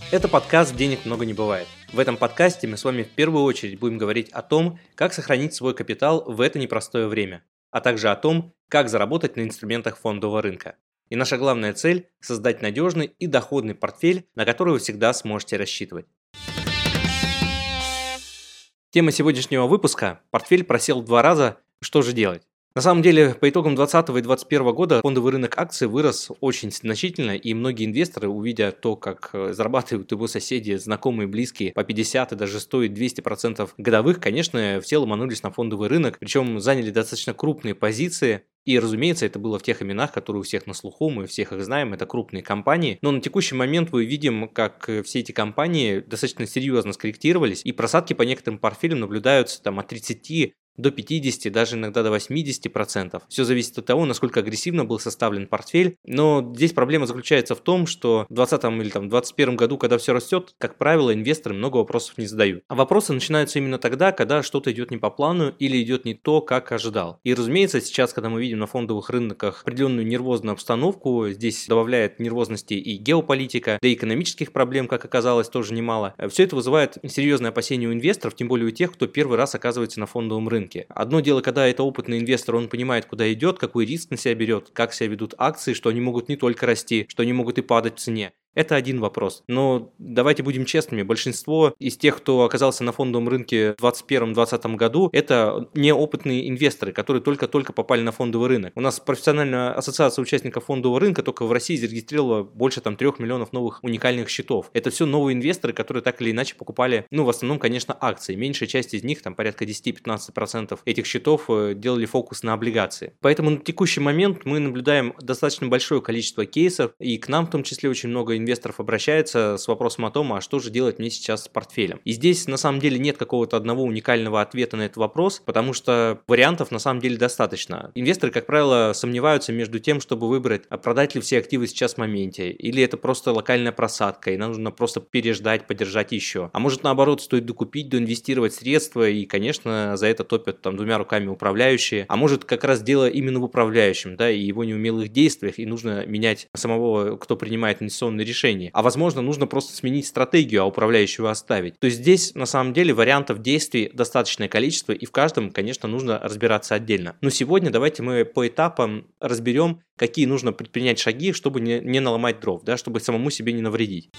Это подкаст «Денег много не бывает». В этом подкасте мы с вами в первую очередь будем говорить о том, как сохранить свой капитал в это непростое время, а также о том, как заработать на инструментах фондового рынка. И наша главная цель – создать надежный и доходный портфель, на который вы всегда сможете рассчитывать. Тема сегодняшнего выпуска – портфель просел в 2 раза, что же делать? На самом деле, по итогам 2020 и 2021 года фондовый рынок акций вырос очень значительно, и многие инвесторы, увидя то, как зарабатывают его соседи, знакомые, близкие, по 50 и даже 100 и 200% годовых, конечно, все ломанулись на фондовый рынок, причем заняли достаточно крупные позиции. И, разумеется, это было в тех именах, которые у всех на слуху, мы всех их знаем, это крупные компании. Но на текущий момент мы видим, как все эти компании достаточно серьезно скорректировались, и просадки по некоторым портфелям наблюдаются там, от 30 до 50, даже иногда до 80%. Все зависит от того, насколько агрессивно был составлен портфель. Но здесь проблема заключается в том, что в 2020 или 2021 году, когда все растет, как правило, инвесторы много вопросов не задают. А вопросы начинаются именно тогда, когда что-то идет не по плану или идет не то, как ожидал. И, разумеется, сейчас, когда мы видим на фондовых рынках определенную нервозную обстановку, здесь добавляет нервозности и геополитика, да и экономических проблем, как оказалось, тоже немало. Все это вызывает серьезные опасения у инвесторов, тем более у тех, кто первый раз оказывается на фондовом рынке. Одно дело, когда это опытный инвестор, он понимает, куда идет, какой риск на себя берет, как себя ведут акции, что они могут не только расти, что они могут и падать в цене. Это один вопрос. Но давайте будем честными, большинство из тех, кто оказался на фондовом рынке в 2021-2020 году, это неопытные инвесторы, которые только-только попали на фондовый рынок. У нас профессиональная ассоциация участников фондового рынка только в России зарегистрировала больше 3 миллионов новых уникальных счетов. Это все новые инвесторы, которые так или иначе покупали, в основном, конечно, акции. Меньшая часть из них, порядка 10-15% этих счетов делали фокус на облигации. Поэтому на текущий момент мы наблюдаем достаточно большое количество кейсов, и к нам в том числе очень много инвесторов обращается с вопросом о том, а что же делать мне сейчас с портфелем. И здесь на самом деле нет какого-то одного уникального ответа на этот вопрос, потому что вариантов на самом деле достаточно. Инвесторы, как правило, сомневаются между тем, чтобы выбрать, а продать ли все активы сейчас в моменте, или это просто локальная просадка, и нам нужно просто переждать, подержать еще. А может, наоборот, стоит докупить, доинвестировать средства, и, конечно, за это топят 2 руками управляющие. А может, как раз дело именно в управляющем, и его неумелых действиях, и нужно менять самого, кто принимает инвестиционные решения. А возможно, нужно просто сменить стратегию, а управляющего оставить. То есть здесь, на самом деле, вариантов действий достаточное количество, и в каждом, конечно, нужно разбираться отдельно. Но сегодня давайте мы по этапам разберем, какие нужно предпринять шаги, чтобы не наломать дров, чтобы самому себе не навредить.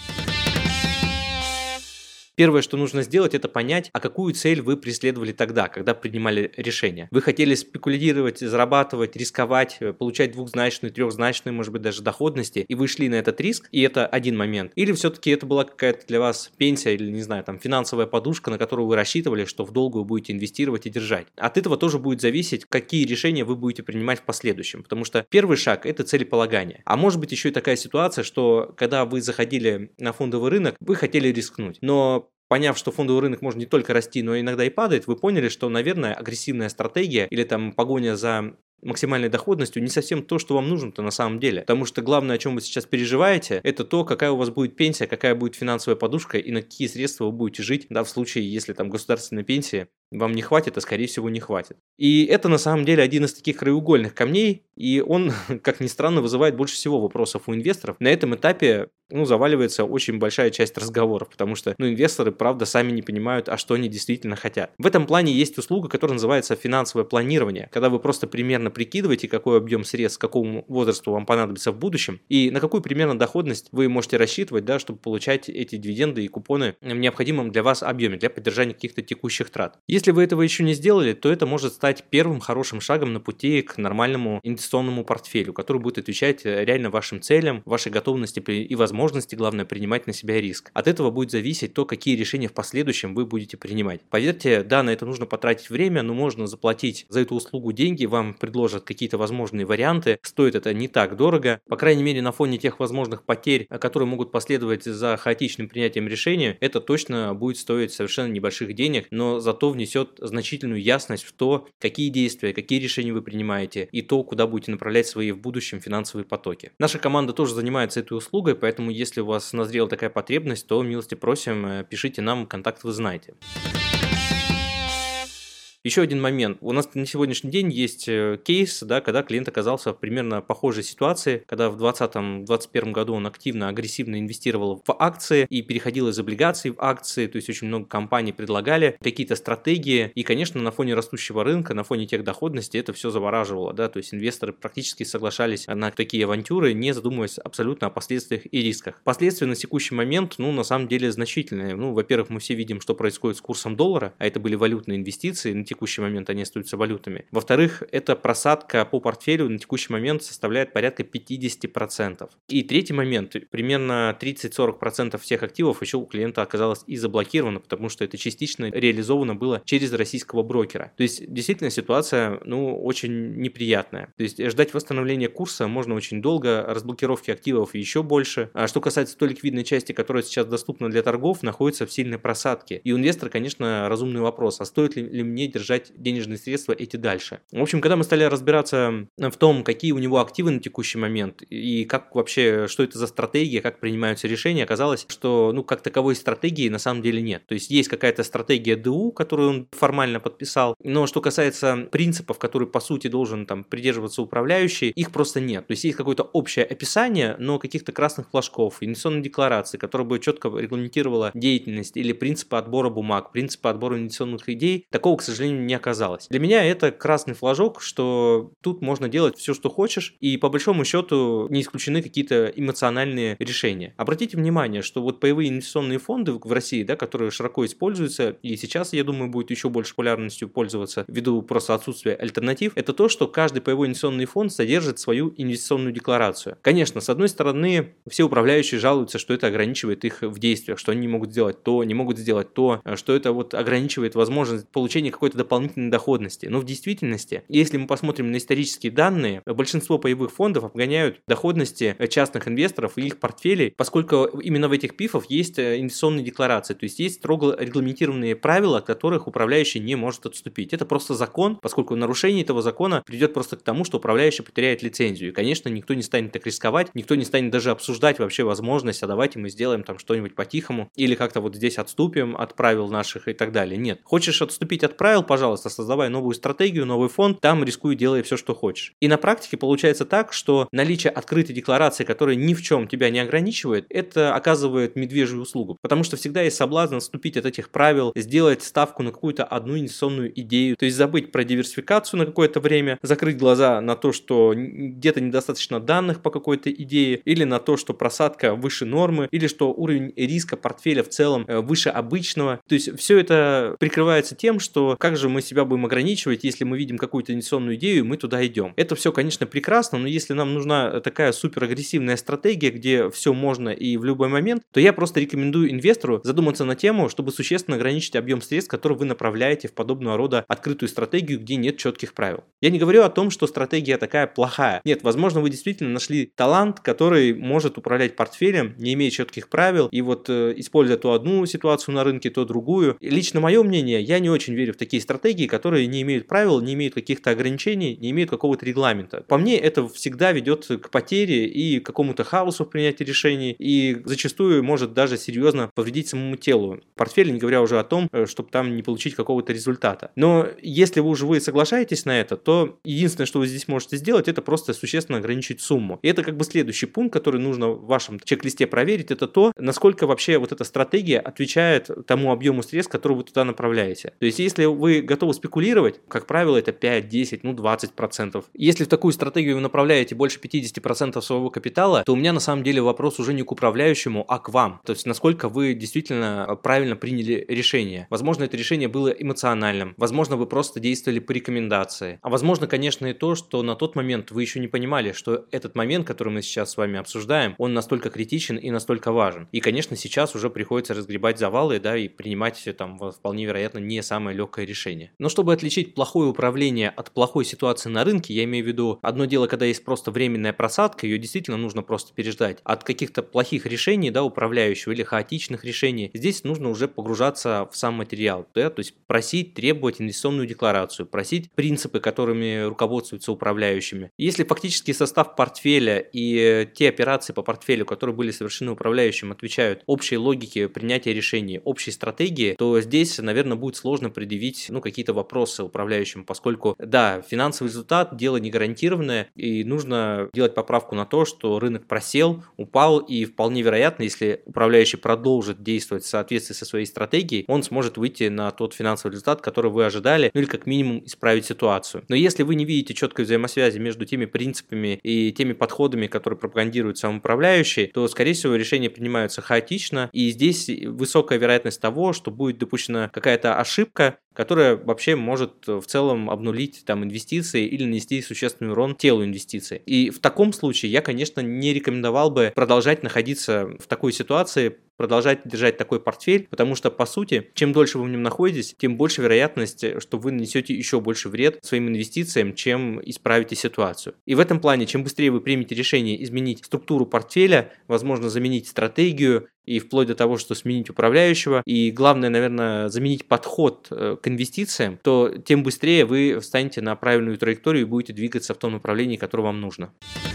Первое, что нужно сделать, это понять, а какую цель вы преследовали тогда, когда принимали решение. Вы хотели спекулировать, зарабатывать, рисковать, получать двухзначную, трехзначную, может быть, даже доходности, и вы шли на этот риск, и это один момент. Или все-таки это была какая-то для вас пенсия или, не знаю, финансовая подушка, на которую вы рассчитывали, что в долгую будете инвестировать и держать. От этого тоже будет зависеть, какие решения вы будете принимать в последующем, потому что первый шаг – это целеполагание. А может быть еще и такая ситуация, что когда вы заходили на фондовый рынок, вы хотели рискнуть, но поняв, что фондовый рынок может не только расти, но иногда и падает, вы поняли, что, наверное, агрессивная стратегия или погоня за максимальной доходностью не совсем то, что вам нужно-то на самом деле. Потому что главное, о чем вы сейчас переживаете, это то, какая у вас будет пенсия, какая будет финансовая подушка и на какие средства вы будете жить, в случае, если государственная пенсия вам не хватит, а скорее всего не хватит. И это на самом деле один из таких краеугольных камней, и он, как ни странно, вызывает больше всего вопросов у инвесторов. На этом этапе заваливается очень большая часть разговоров, потому что инвесторы, правда, сами не понимают, а что они действительно хотят. В этом плане есть услуга, которая называется финансовое планирование, когда вы просто примерно прикидываете, какой объем средств, к какому возрасту вам понадобится в будущем, и на какую примерно доходность вы можете рассчитывать, чтобы получать эти дивиденды и купоны в необходимом для вас объеме, для поддержания каких-то текущих трат. Если вы этого еще не сделали, то это может стать первым хорошим шагом на пути к нормальному инвестиционному портфелю, который будет отвечать реально вашим целям, вашей готовности и возможности, главное, принимать на себя риск. От этого будет зависеть то, какие решения в последующем вы будете принимать. Поверьте, на это нужно потратить время, но можно заплатить за эту услугу деньги, вам предложат какие-то возможные варианты, стоит это не так дорого, по крайней мере на фоне тех возможных потерь, которые могут последовать за хаотичным принятием решения, это точно будет стоить совершенно небольших денег, но зато внесет значительную ясность в то, какие действия, какие решения вы принимаете и то, куда будете направлять свои в будущем финансовые потоки. Наша команда тоже занимается этой услугой, поэтому если у вас назрела такая потребность, то милости просим, пишите нам, контакт вы знаете. Еще один момент. У нас на сегодняшний день есть кейс, да, когда клиент оказался в примерно похожей ситуации, когда в 2020-2021 году он активно, агрессивно инвестировал в акции и переходил из облигаций в акции, то есть очень много компаний предлагали какие-то стратегии, и, конечно, на фоне растущего рынка, на фоне тех доходностей это все завораживало, да, то есть инвесторы практически соглашались на такие авантюры, не задумываясь абсолютно о последствиях и рисках. Последствия на текущий момент, на самом деле значительные. Во-первых, мы все видим, что происходит с курсом доллара, а это были валютные инвестиции, на текущий момент они остаются валютами. Во-вторых, эта просадка по портфелю на текущий момент составляет порядка 50%. И третий момент, примерно 30-40% всех активов еще у клиента оказалось и заблокировано, потому что это частично реализовано было через российского брокера. То есть, действительно, ситуация, очень неприятная. То есть, ждать восстановления курса можно очень долго, разблокировки активов еще больше. А что касается той ликвидной части, которая сейчас доступна для торгов, находится в сильной просадке. И у инвестора, конечно, разумный вопрос, а стоит ли мне держать денежные средства эти дальше? В общем, когда мы стали разбираться в том, какие у него активы на текущий момент и как вообще, что это за стратегия, как принимаются решения, оказалось, что, как таковой стратегии на самом деле нет. То есть, есть какая-то стратегия ДУ, которую он формально подписал, но что касается принципов, которые, по сути, должен придерживаться управляющий, их просто нет. То есть, есть какое-то общее описание, но каких-то красных флажков, инвестиционной декларации, которая бы четко регламентировала деятельность или принципы отбора бумаг, принципы отбора инвестиционных идей, такого, к сожалению, не оказалось. Для меня это красный флажок, что тут можно делать все, что хочешь, и по большому счету не исключены какие-то эмоциональные решения. Обратите внимание, что вот паевые инвестиционные фонды в России, да, которые широко используются, и сейчас, я думаю, будет еще больше популярностью пользоваться ввиду просто отсутствия альтернатив, это то, что каждый паевой инвестиционный фонд содержит свою инвестиционную декларацию. Конечно, с одной стороны, все управляющие жалуются, что это ограничивает их в действиях, что они не могут сделать то, не могут сделать то, что это ограничивает возможность получения какой-то дополнительной доходности. Но в действительности, если мы посмотрим на исторические данные, большинство паевых фондов обгоняют доходности частных инвесторов и их портфелей, поскольку именно в этих ПИФах есть инвестиционные декларации, то есть есть строго регламентированные правила, от которых управляющий не может отступить. Это просто закон, поскольку нарушение этого закона приведет просто к тому, что управляющий потеряет лицензию. И, конечно, никто не станет так рисковать, никто не станет даже обсуждать вообще возможность, а давайте мы сделаем что-нибудь по-тихому, или как-то здесь отступим от правил наших и так далее. Нет. Хочешь отступить от правил, пожалуйста, создавай новую стратегию, новый фонд, там рискуй, делай все, что хочешь. И на практике получается так, что наличие открытой декларации, которая ни в чем тебя не ограничивает, это оказывает медвежью услугу, потому что всегда есть соблазн отступить от этих правил, сделать ставку на какую-то одну инвестиционную идею, то есть забыть про диверсификацию на какое-то время, закрыть глаза на то, что где-то недостаточно данных по какой-то идее, или на то, что просадка выше нормы, или что уровень риска портфеля в целом выше обычного. То есть все это прикрывается тем, что как же мы себя будем ограничивать, если мы видим какую-то инвестиционную идею, и мы туда идем. Это все, конечно, прекрасно, но если нам нужна такая суперагрессивная стратегия, где все можно и в любой момент, то я просто рекомендую инвестору задуматься на тему, чтобы существенно ограничить объем средств, которые вы направляете в подобного рода открытую стратегию, где нет четких правил. Я не говорю о том, что стратегия такая плохая. Нет, возможно, вы действительно нашли талант, который может управлять портфелем, не имея четких правил, и используя то одну ситуацию на рынке, то другую. И лично мое мнение, я не очень верю в такие стратегии, которые не имеют правил, не имеют каких-то ограничений, не имеют какого-то регламента. По мне, это всегда ведет к потере и к какому-то хаосу в принятии решений, и зачастую может даже серьезно повредить самому телу портфеля, не говоря уже о том, чтобы там не получить какого-то результата. Но если вы соглашаетесь на это, то единственное, что вы здесь можете сделать, это просто существенно ограничить сумму. И это следующий пункт, который нужно в вашем чек-листе проверить, это то, насколько вообще эта стратегия отвечает тому объему средств, который вы туда направляете. То есть, если вы готовы спекулировать, как правило, это 5, 10, 20%. Если в такую стратегию вы направляете больше 50% своего капитала, то у меня на самом деле вопрос уже не к управляющему, а к вам. То есть, насколько вы действительно правильно приняли решение. Возможно, это решение было эмоциональным. Возможно, вы просто действовали по рекомендации. А возможно, конечно, и то, что на тот момент вы еще не понимали, что этот момент, который мы сейчас с вами обсуждаем, он настолько критичен и настолько важен. И, конечно, сейчас уже приходится разгребать завалы, да, и принимать вполне вероятно не самое легкое решение. Но чтобы отличить плохое управление от плохой ситуации на рынке, я имею в виду одно дело, когда есть просто временная просадка, ее действительно нужно просто переждать. От каких-то плохих решений, да, управляющего или хаотичных решений, здесь нужно уже погружаться в сам материал, да, то есть просить, требовать инвестиционную декларацию, просить принципы, которые которыми руководствуются управляющими. Если фактически состав портфеля и те операции по портфелю, которые были совершены управляющим, отвечают общей логике принятия решений, общей стратегии, то здесь, наверное, будет сложно предъявить какие-то вопросы управляющим, поскольку, да, финансовый результат – дело не гарантированное, и нужно делать поправку на то, что рынок просел, упал, и вполне вероятно, если управляющий продолжит действовать в соответствии со своей стратегией, он сможет выйти на тот финансовый результат, который вы ожидали, или как минимум исправить ситуацию. Но если вы не видите четкой взаимосвязи между теми принципами и теми подходами, которые пропагандирует сам управляющий, то, скорее всего, решения принимаются хаотично, и здесь высокая вероятность того, что будет допущена какая-то ошибка, которая вообще может в целом обнулить инвестиции или нанести существенный урон телу инвестиций. И в таком случае я, конечно, не рекомендовал бы продолжать находиться в такой ситуации, продолжать держать такой портфель, потому что, по сути, чем дольше вы в нем находитесь, тем больше вероятность, что вы нанесете еще больше вред своим инвестициям, чем исправите ситуацию. И в этом плане, чем быстрее вы примете решение изменить структуру портфеля, возможно, заменить стратегию, и вплоть до того, что сменить управляющего, и главное, наверное, заменить подход к инвестициям, то тем быстрее вы встанете на правильную траекторию и будете двигаться в том направлении, которое вам нужно.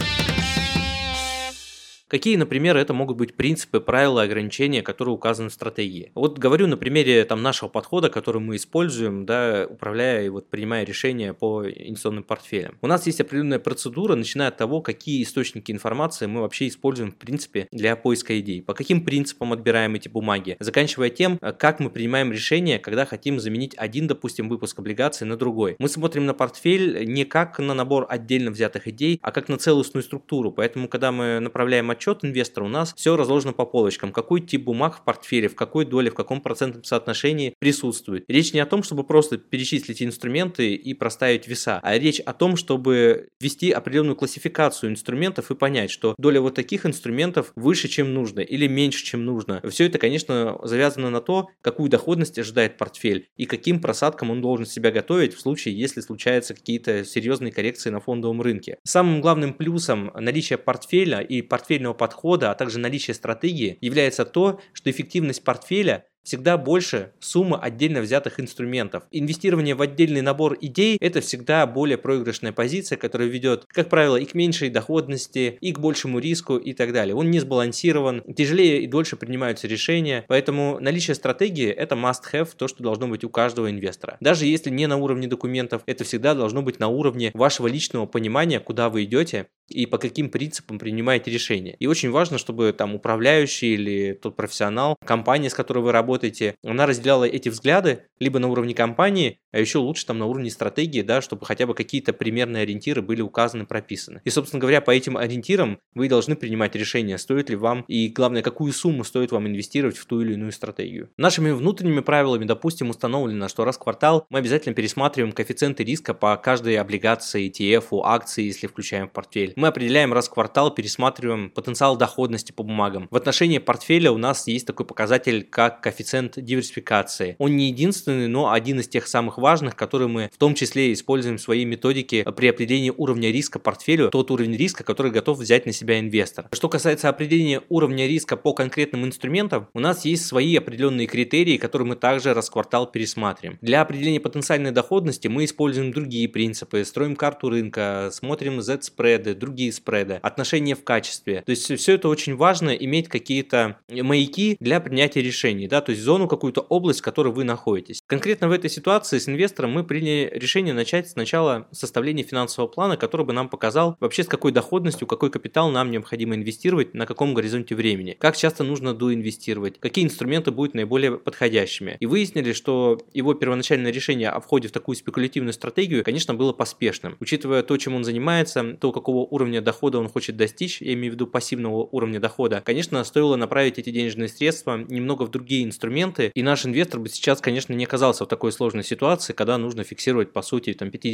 Какие, например, это могут быть принципы, правила, ограничения, которые указаны в стратегии? Вот говорю на примере нашего подхода, который мы используем, управляя и принимая решения по инвестиционным портфелям. У нас есть определенная процедура, начиная от того, какие источники информации мы вообще используем в принципе для поиска идей, по каким принципам отбираем эти бумаги, заканчивая тем, как мы принимаем решение, когда хотим заменить один, допустим, выпуск облигаций на другой. Мы смотрим на портфель не как на набор отдельно взятых идей, а как на целостную структуру, поэтому, когда мы направляем отчет инвестора, у нас все разложено по полочкам, какой тип бумаг в портфеле, в какой доле, в каком процентном соотношении присутствует. Речь не о том, чтобы просто перечислить инструменты и проставить веса, а речь о том, чтобы ввести определенную классификацию инструментов и понять, что доля вот таких инструментов выше, чем нужно, или меньше, чем нужно. Все это, конечно, завязано на то, какую доходность ожидает портфель и каким просадкам он должен себя готовить в случае, если случаются какие-то серьезные коррекции на фондовом рынке. Самым главным плюсом наличия портфеля и портфельного подхода, а также наличие стратегии является то, что эффективность портфеля всегда больше суммы отдельно взятых инструментов. Инвестирование в отдельный набор идей – это всегда более проигрышная позиция, которая ведет, как правило, и к меньшей доходности, и к большему риску и так далее. Он не сбалансирован, тяжелее и дольше принимаются решения, поэтому наличие стратегии – это must-have, то, что должно быть у каждого инвестора. Даже если не на уровне документов, это всегда должно быть на уровне вашего личного понимания, куда вы идете и по каким принципам принимаете решения. И очень важно, чтобы управляющий или тот профессионал, компания, с которой вы работаете, она разделяла эти взгляды либо на уровне компании, а еще лучше на уровне стратегии, чтобы хотя бы какие-то примерные ориентиры были указаны, прописаны. И, собственно говоря, по этим ориентирам вы должны принимать решение, стоит ли вам и, главное, какую сумму стоит вам инвестировать в ту или иную стратегию. Нашими внутренними правилами, допустим, установлено, что раз в квартал мы обязательно пересматриваем коэффициенты риска по каждой облигации, ETF, акции, если включаем в портфель. Мы определяем раз в квартал, пересматриваем потенциал доходности по бумагам. В отношении портфеля у нас есть такой показатель, как коэффициент диверсификации. Он не единственный, но один из тех самых важных, которые мы в том числе используем в своей методике при определении уровня риска портфелю, тот уровень риска, который готов взять на себя инвестор. Что касается определения уровня риска по конкретным инструментам, у нас есть свои определенные критерии, которые мы также раз в квартал пересматриваем. Для определения потенциальной доходности мы используем другие принципы, строим карту рынка, смотрим Z-спреды, другие спреды, отношения в качестве. То есть все это очень важно, иметь какие-то маяки для принятия решений, то есть зону, какую-то область, в которой вы находитесь. Конкретно в этой ситуации с инвестором мы приняли решение начать сначала составление финансового плана, который бы нам показал вообще с какой доходностью, какой капитал нам необходимо инвестировать, на каком горизонте времени, как часто нужно доинвестировать, какие инструменты будут наиболее подходящими. И выяснили, что его первоначальное решение о входе в такую спекулятивную стратегию, конечно, было поспешным. Учитывая то, чем он занимается, то, какого уровня дохода он хочет достичь, я имею в виду пассивного уровня дохода, конечно, стоило направить эти денежные средства немного в другие инструменты, и наш инвестор бы сейчас, конечно, не оказался в такой сложной ситуации, когда нужно фиксировать, по сути,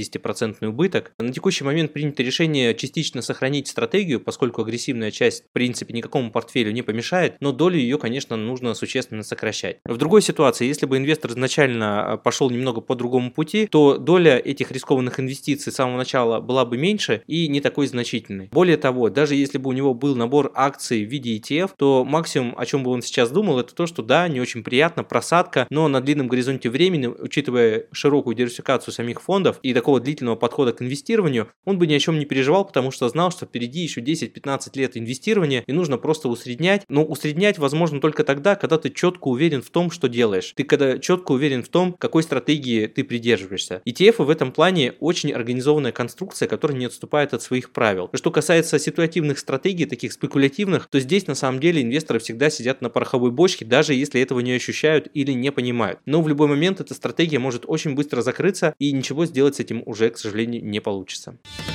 50% убыток. На текущий момент принято решение частично сохранить стратегию, поскольку агрессивная часть, в принципе, никакому портфелю не помешает, но долю ее, конечно, нужно существенно сокращать. В другой ситуации, если бы инвестор изначально пошел немного по другому пути, то доля этих рискованных инвестиций с самого начала была бы меньше и не такой значительной. незначительный. Более того, даже если бы у него был набор акций в виде ETF, то максимум, о чем бы он сейчас думал, это то, что да, не очень приятно, просадка, но на длинном горизонте времени, учитывая широкую диверсификацию самих фондов и такого длительного подхода к инвестированию, он бы ни о чем не переживал, потому что знал, что впереди еще 10-15 лет инвестирования, и нужно просто усреднять. Но усреднять возможно только тогда, когда ты четко уверен в том, что делаешь. Ты когда четко уверен в том, какой стратегии ты придерживаешься. ETF в этом плане очень организованная конструкция, которая не отступает от своих правил. Что касается ситуативных стратегий, таких спекулятивных, то здесь на самом деле инвесторы всегда сидят на пороховой бочке, даже если этого не ощущают или не понимают. Но в любой момент эта стратегия может очень быстро закрыться, и ничего сделать с этим уже, к сожалению, не получится.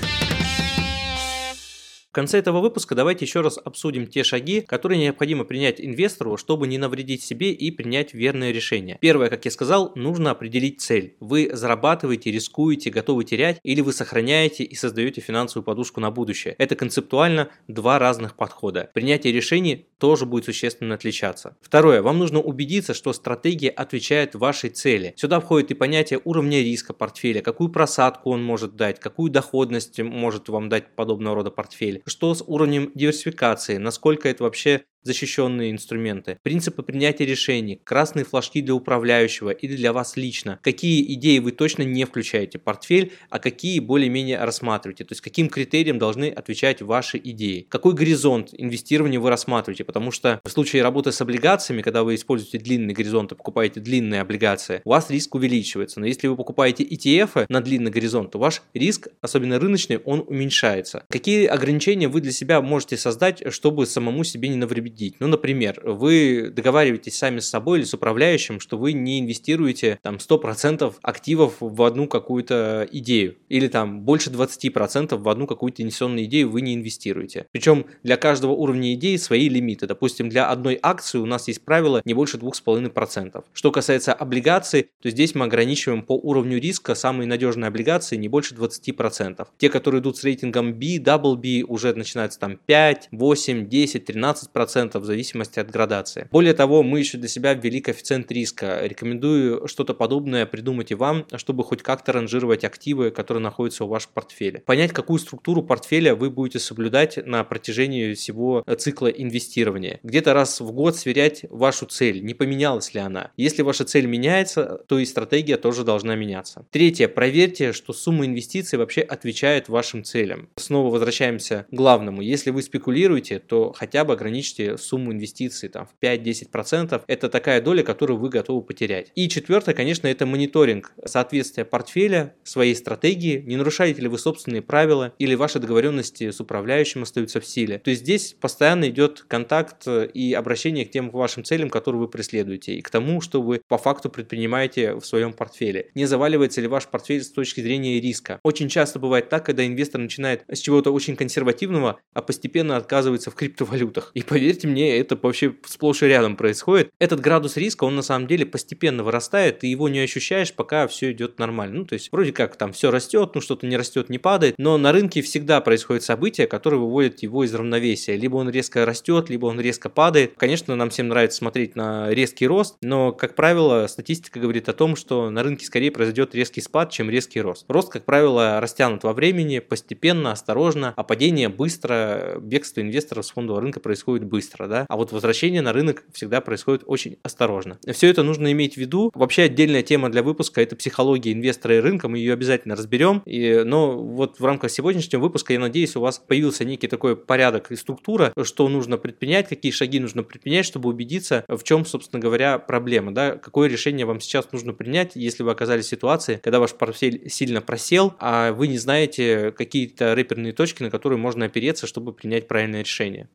В конце этого выпуска давайте еще раз обсудим те шаги, которые необходимо принять инвестору, чтобы не навредить себе и принять верное решение. Первое, как я сказал, нужно определить цель. Вы зарабатываете, рискуете, готовы терять, или вы сохраняете и создаете финансовую подушку на будущее. Это концептуально два разных подхода. Принятие решений тоже будет существенно отличаться. Второе, вам нужно убедиться, что стратегия отвечает вашей цели. Сюда входит и понятие уровня риска портфеля, какую просадку он может дать, какую доходность может вам дать подобного рода портфель. Что с уровнем диверсификации, насколько это вообще защищенные инструменты, принципы принятия решений, красные флажки для управляющего или для вас лично, какие идеи вы точно не включаете в портфель, а какие более-менее рассматриваете, то есть каким критериям должны отвечать ваши идеи, какой горизонт инвестирования вы рассматриваете, потому что в случае работы с облигациями, когда вы используете длинный горизонт и покупаете длинные облигации, у вас риск увеличивается, но если вы покупаете ETF на длинный горизонт, то ваш риск, особенно рыночный, он уменьшается. Какие ограничения вы для себя можете создать, чтобы самому себе не навредить? Ну, например, вы договариваетесь сами с собой или с управляющим, что вы не инвестируете там 100% активов в одну какую-то идею, или там больше 20% в одну какую-то инвестиционную идею вы не инвестируете. Причем для каждого уровня идеи свои лимиты. Допустим, для одной акции у нас есть правило не больше 2,5%. Что касается облигаций, то здесь мы ограничиваем по уровню риска самые надежные облигации не больше 20%. Те, которые идут с рейтингом B, Double B, уже начинаются там 5, 8, 10, 13%. В зависимости от градации. Более того, мы еще для себя ввели коэффициент риска. Рекомендую что-то подобное придумать и вам, чтобы хоть как-то ранжировать активы, которые находятся у вашего портфеля. Понять, какую структуру портфеля вы будете соблюдать на протяжении всего цикла инвестирования. Где-то раз в год сверять вашу цель, не поменялась ли она. Если ваша цель меняется, то и стратегия тоже должна меняться. Третье. Проверьте, что сумма инвестиций вообще отвечает вашим целям. Снова возвращаемся к главному. Если вы спекулируете, то хотя бы ограничьте сумму инвестиций там, в 5-10%, это такая доля, которую вы готовы потерять. И четвертое, конечно, это мониторинг соответствия портфеля своей стратегии, не нарушаете ли вы собственные правила или ваши договоренности с управляющим остаются в силе. То есть здесь постоянно идет контакт и обращение к тем вашим целям, которые вы преследуете, и к тому, что вы по факту предпринимаете в своем портфеле. Не заваливается ли ваш портфель с точки зрения риска. Очень часто бывает так, когда инвестор начинает с чего-то очень консервативного, а постепенно отказывается в криптовалютах. И поверьте мне, это вообще сплошь и рядом происходит. Этот градус риска, он на самом деле постепенно вырастает, ты его не ощущаешь, пока все идет нормально. Ну, то есть, вроде как там все растет, ну, что-то не растет, не падает, но на рынке всегда происходят события, которые выводят его из равновесия. Либо он резко растет, либо он резко падает. Конечно, нам всем нравится смотреть на резкий рост, но, как правило, статистика говорит о том, что на рынке скорее произойдет резкий спад, чем резкий рост. Рост, как правило, растянут во времени, постепенно, осторожно, а падение быстро, бегство инвесторов с фондового рынка происходит быстро, да? А вот возвращение на рынок всегда происходит очень осторожно. Все это нужно иметь в виду. Вообще отдельная тема для выпуска – это психология инвестора и рынка, мы ее обязательно разберем. Но вот в рамках сегодняшнего выпуска, я надеюсь, у вас появился некий такой порядок и структура, что нужно предпринять, какие шаги нужно предпринять, чтобы убедиться, в чем, собственно говоря, проблема, да? Какое решение вам сейчас нужно принять, если вы оказались в ситуации, когда ваш портфель сильно просел, а вы не знаете какие-то реперные точки, на которые можно опереться, чтобы принять правильное решение.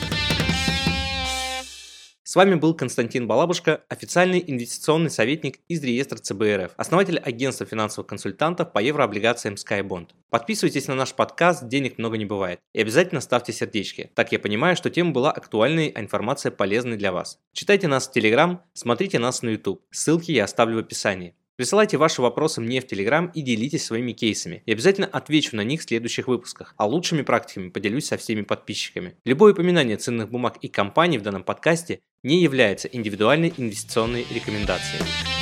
С вами был Константин Балабушка, официальный инвестиционный советник из реестра ЦБ РФ, основатель агентства финансовых консультантов по еврооблигациям SkyBond. Подписывайтесь на наш подкаст «Денег много не бывает» и обязательно ставьте сердечки. Так я понимаю, что тема была актуальной, а информация полезной для вас. Читайте нас в Telegram, смотрите нас на YouTube. Ссылки я оставлю в описании. Присылайте ваши вопросы мне в Telegram и делитесь своими кейсами. Я обязательно отвечу на них в следующих выпусках, а лучшими практиками поделюсь со всеми подписчиками. Любое упоминание ценных бумаг и компаний в данном подкасте не является индивидуальной инвестиционной рекомендацией.